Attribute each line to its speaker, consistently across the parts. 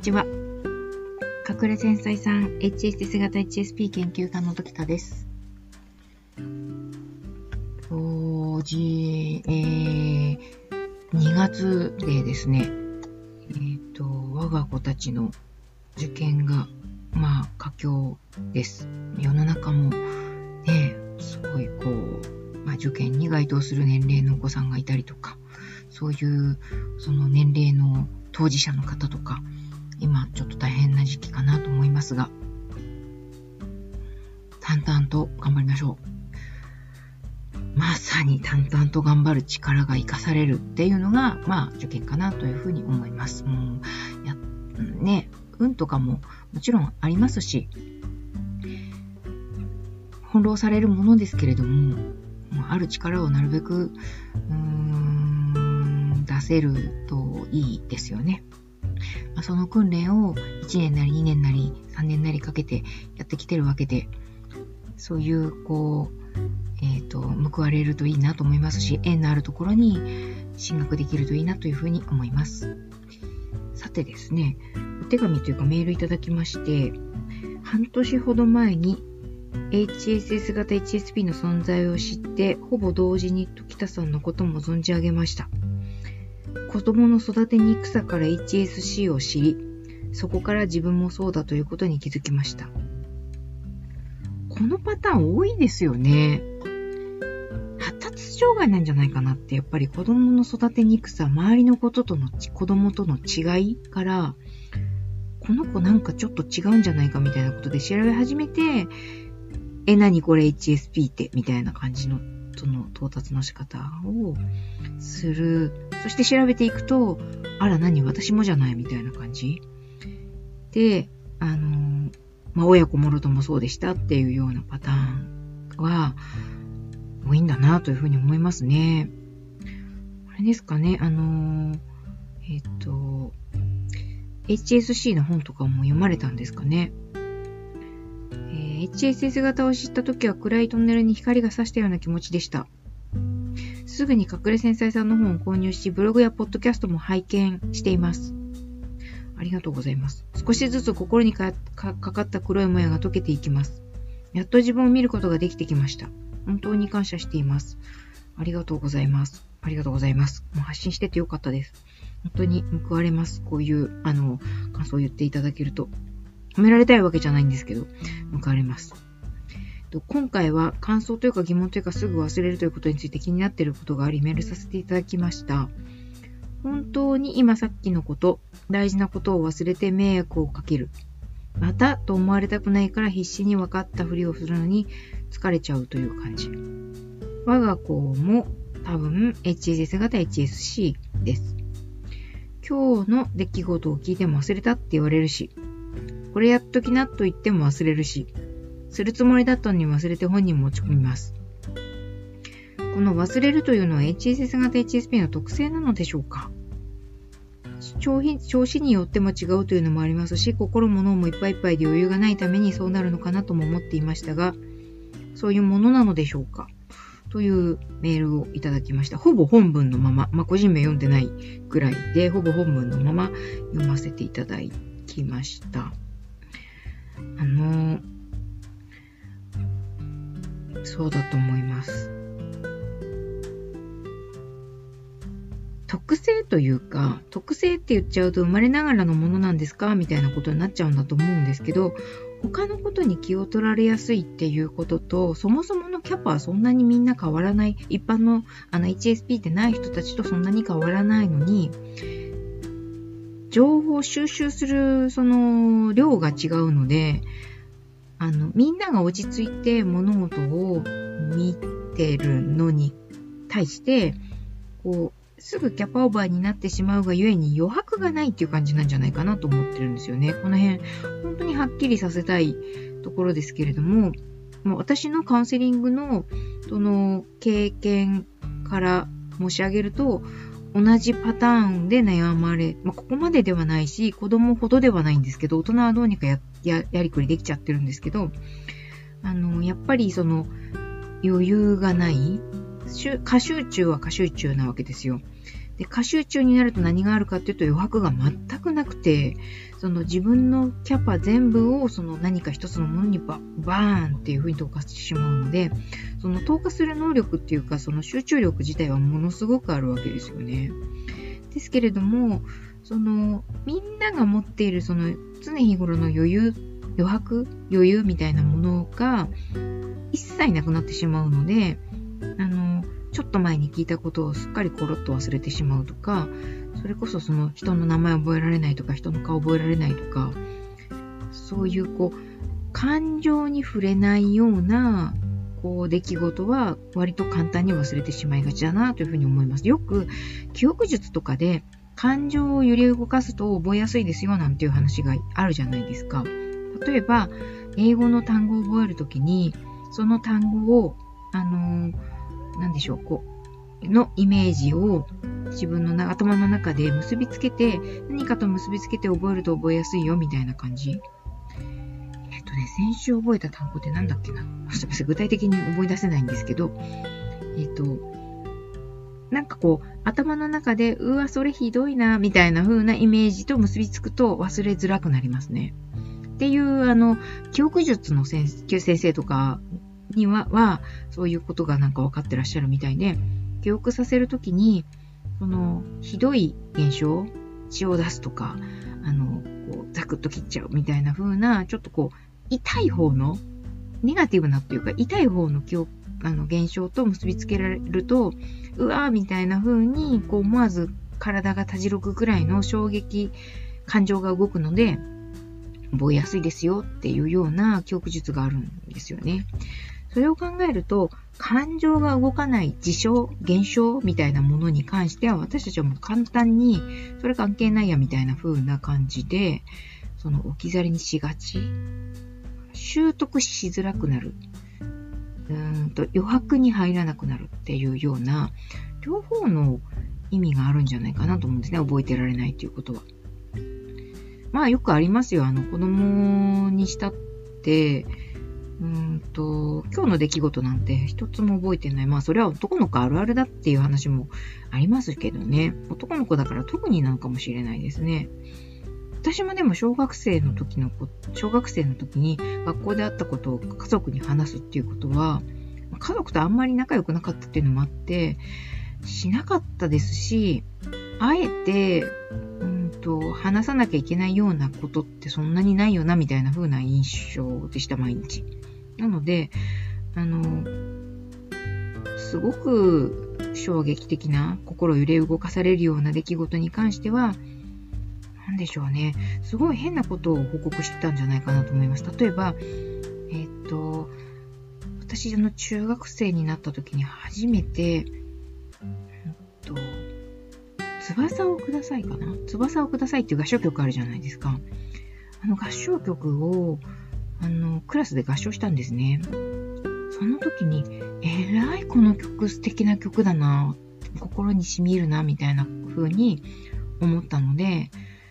Speaker 1: ちは。隠れ繊細さん HSS 型 HSP 研究家の時田です。2月でですね、我が子たちの受験が佳境です。世の中もね、すごい受験に該当する年齢のお子さんがいたりとか、そういうその年齢の当事者の方とか、今ちょっと大変な時期かなと思いますが、淡々と頑張りましょう。まさに淡々と頑張る力が生かされるっていうのが、受験かなというふうに思います。運とかももちろんありますし、翻弄されるものですけれども、ある力をなるべく出せるといいですよね。その訓練を1年なり2年なり3年なりかけてやってきてるわけで、そういう報われるといいなと思いますし、縁のあるところに進学できるといいなというふうに思います。さてですね、お手紙というかメールいただきまして、半年ほど前に HSS 型 HSP の存在を知って、ほぼ同時に時田さんのことも存じ上げました。子供の育てにくさから HSC を知り、そこから自分もそうだということに気づきました。このパターン多いですよね。発達障害なんじゃないかなって、やっぱり子供の育てにくさ、周りの子供との違いから、この子なんかちょっと違うんじゃないかみたいなことで調べ始めて、何これ HSP ってみたいな感じのその到達の仕方をする。そして調べていくと、あら何私もじゃないみたいな感じで、親子もろともそうでしたっていうようなパターンは多いんだなというふうに思いますね。あれですかね、HSC の本とかも読まれたんですかね。HSS 型を知ったときは暗いトンネルに光が差したような気持ちでした。すぐに隠れ繊細さんの本を購入し、ブログやポッドキャストも拝見しています。ありがとうございます。少しずつ心にかかった黒いもやが溶けていきます。やっと自分を見ることができてきました。本当に感謝しています。ありがとうございます。ありがとうございます。もう発信しててよかったです。本当に報われます。こういう感想を言っていただけると。褒められたいわけじゃないんですけど、報われます。今回は感想というか疑問というかすぐ忘れるということについて気になっていることがありメールさせていただきました。本当に今さっきのこと、大事なことを忘れて迷惑をかける。またと思われたくないから必死に分かったふりをするのに疲れちゃうという感じ。我が子も多分 HSS 型 HSC です。今日の出来事を聞いても忘れたって言われるし、これやっときなと言っても忘れるし、するつもりだったのに忘れて本人も落ち込みます。この忘れるというのは HSS 型 HSP の特性なのでしょうか。調子によっても違うというのもありますし、心も脳もいっぱいいっぱいで余裕がないためにそうなるのかなとも思っていましたが、そういうものなのでしょうか。というメールをいただきました。ほぼ本文のまま、個人名読んでないぐらいで、ほぼ本文のまま読ませていただきました。そうだと思います。特性というか、特性って言っちゃうと生まれながらのものなんですかみたいなことになっちゃうんだと思うんですけど、他のことに気を取られやすいっていうことと、そもそものキャパはそんなにみんな変わらない。一般のHSP ってない人たちとそんなに変わらないのに、情報を収集するその量が違うので、みんなが落ち着いて物事を見てるのに対して、すぐキャパオーバーになってしまうがゆえに余白がないっていう感じなんじゃないかなと思ってるんですよね。この辺、本当にはっきりさせたいところですけれども、私のカウンセリングのその経験から申し上げると、同じパターンで悩まれ、ここまでではないし、子供ほどではないんですけど、大人はどうにかやりくりできちゃってるんですけど、やっぱりその余裕がない、過集中は過集中なわけですよ。 で、過集中になると何があるかっていうと余白が全くなくて、その自分のキャパ全部をその何か一つのものにバーンっていう風に投下してしまうので、その投下する能力っていうか、その集中力自体はものすごくあるわけですよね。ですけれども、そのみんなが持っているその常日頃の余裕みたいなものが一切なくなってしまうので、ちょっと前に聞いたことをすっかりコロッと忘れてしまうとか、それこそその人の名前覚えられないとか、人の顔覚えられないとか、そういう感情に触れないような出来事は割と簡単に忘れてしまいがちだなというふうに思います。よく記憶術とかで感情を揺り動かすと覚えやすいですよなんていう話があるじゃないですか。例えば英語の単語を覚えるときに、その単語をのイメージを自分の頭の中で結びつけて、何かと結びつけて覚えると覚えやすいよみたいな感じ。先週覚えた単語ってなんだっけな。すみません、具体的に思い出せないんですけど、頭の中で、それひどいな、みたいな風なイメージと結びつくと忘れづらくなりますね。っていう、記憶術の先生とかには、そういうことが分かってらっしゃるみたいで、記憶させるときに、その、ひどい現象、血を出すとか、ザクッと切っちゃうみたいな風な、ちょっと痛い方の、ネガティブなっていうか、痛い方の現象と結びつけられると、みたいな風に、思わず体がたじろぐくらいの衝撃、感情が動くので、覚えやすいですよっていうような記憶術があるんですよね。それを考えると、感情が動かない事象、現象みたいなものに関しては、私たちはもう簡単に、それ関係ないやみたいな風な感じで、その置き去りにしがち。習得しづらくなる。余白に入らなくなるっていうような、両方の意味があるんじゃないかなと思うんですね。覚えてられないということは。まあよくありますよ。子供にしたって、今日の出来事なんて一つも覚えてない。まあそれは男の子あるあるだっていう話もありますけどね。男の子だから特になのかもしれないですね。私もでも小学生の時に学校であったことを家族に話すっていうことは、家族とあんまり仲良くなかったっていうのもあって、しなかったですし、あえて、話さなきゃいけないようなことってそんなにないよなみたいな風な印象でした、毎日。なので、すごく衝撃的な心揺れ動かされるような出来事に関しては、なんでしょうね。すごい変なことを報告してたんじゃないかなと思います。例えば、私中学生になった時に初めて、翼をくださいかな。翼をくださいっていう合唱曲あるじゃないですか。合唱曲を、クラスで合唱したんですね。その時に、らいこの曲素敵な曲だな、心に染み入るな、みたいな風に思ったので、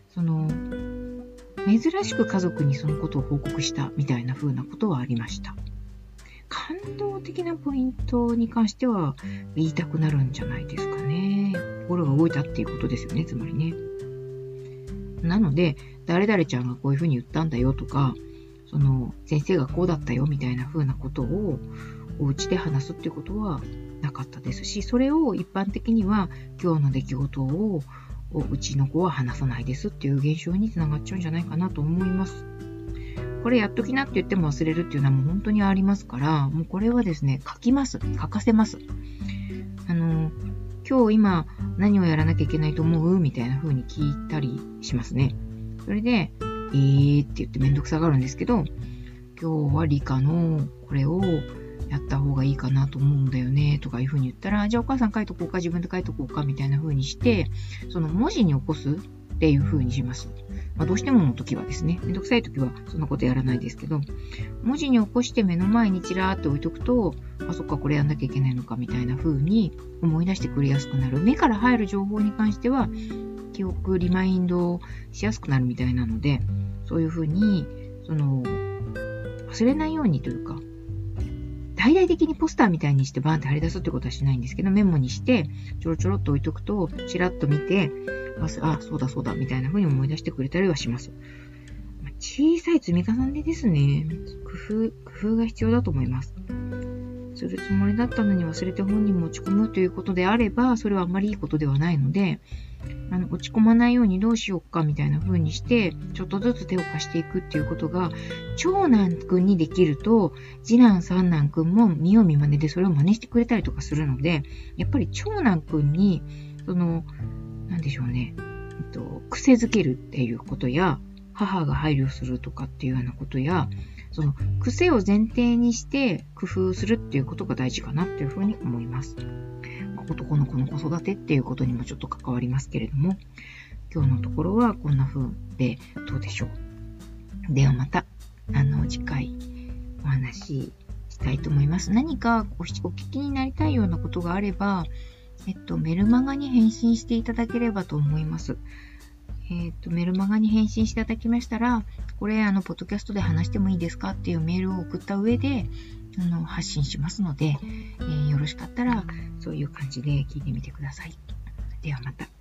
Speaker 1: 珍しく家族にそのことを報告したみたいな風なことはありました。感動的なポイントに関しては言いたくなるんじゃないですかね。心が動いたっていうことですよね、つまりね。なので、誰々ちゃんがこういう風に言ったんだよとか、先生がこうだったよみたいな風なことをお家で話すっていうことはなかったですし、それを一般的には今日の出来事をうちの子は話さないですっていう現象につながっちゃうんじゃないかなと思います。これやっときなって言っても忘れるっていうのはもう本当にありますから、もうこれはですね、書かせます。今日今何をやらなきゃいけないと思うみたいな風に聞いたりしますね。それで、って言ってめんどくさがるんですけど、今日は理科のこれをやった方がいいかなと思うんだよねとかいう風に言ったら、じゃあお母さん書いとこうか、自分で書いとこうかみたいな風にして、その文字に起こすっていう風にします。どうしてもの時はですね、めんどくさい時はそんなことやらないですけど、文字に起こして目の前にチラーって置いとくと、そっかこれやんなきゃいけないのかみたいな風に思い出してくれやすくなる。目から入る情報に関しては記憶、リマインドしやすくなるみたいなので、そういう風に忘れないようにというか、 大々的にポスターみたいにしてバーンって貼り出すってことはしないんですけど、メモにして、ちょろちょろっと置いとくと、ちらっと見て、そうだそうだ、みたいな風に思い出してくれたりはします。小さい積み重ねですね。工夫が必要だと思います。するつもりだったのに忘れて本に持ち込むということであれば、それはあんまりいいことではないので、落ち込まないようにどうしようかみたいな風にして、ちょっとずつ手を貸していくっていうことが、長男くんにできると、次男三男くんも見よう見真似でそれを真似してくれたりとかするので、やっぱり長男くんに、なんでしょうね、癖づけるっていうことや、母が配慮するとかっていうようなことや、その癖を前提にして工夫するっていうことが大事かなっていうふうに思います。男の子の子育てっていうことにもちょっと関わりますけれども、今日のところはこんな風でどうでしょう。ではまた、次回お話ししたいと思います。何かお聞きになりたいようなことがあれば、メルマガに返信していただければと思います。メルマガに返信していただきましたら、これ、ポッドキャストで話してもいいですかっていうメールを送った上で、発信しますので、よろしかったら、そういう感じで聞いてみてください。ではまた。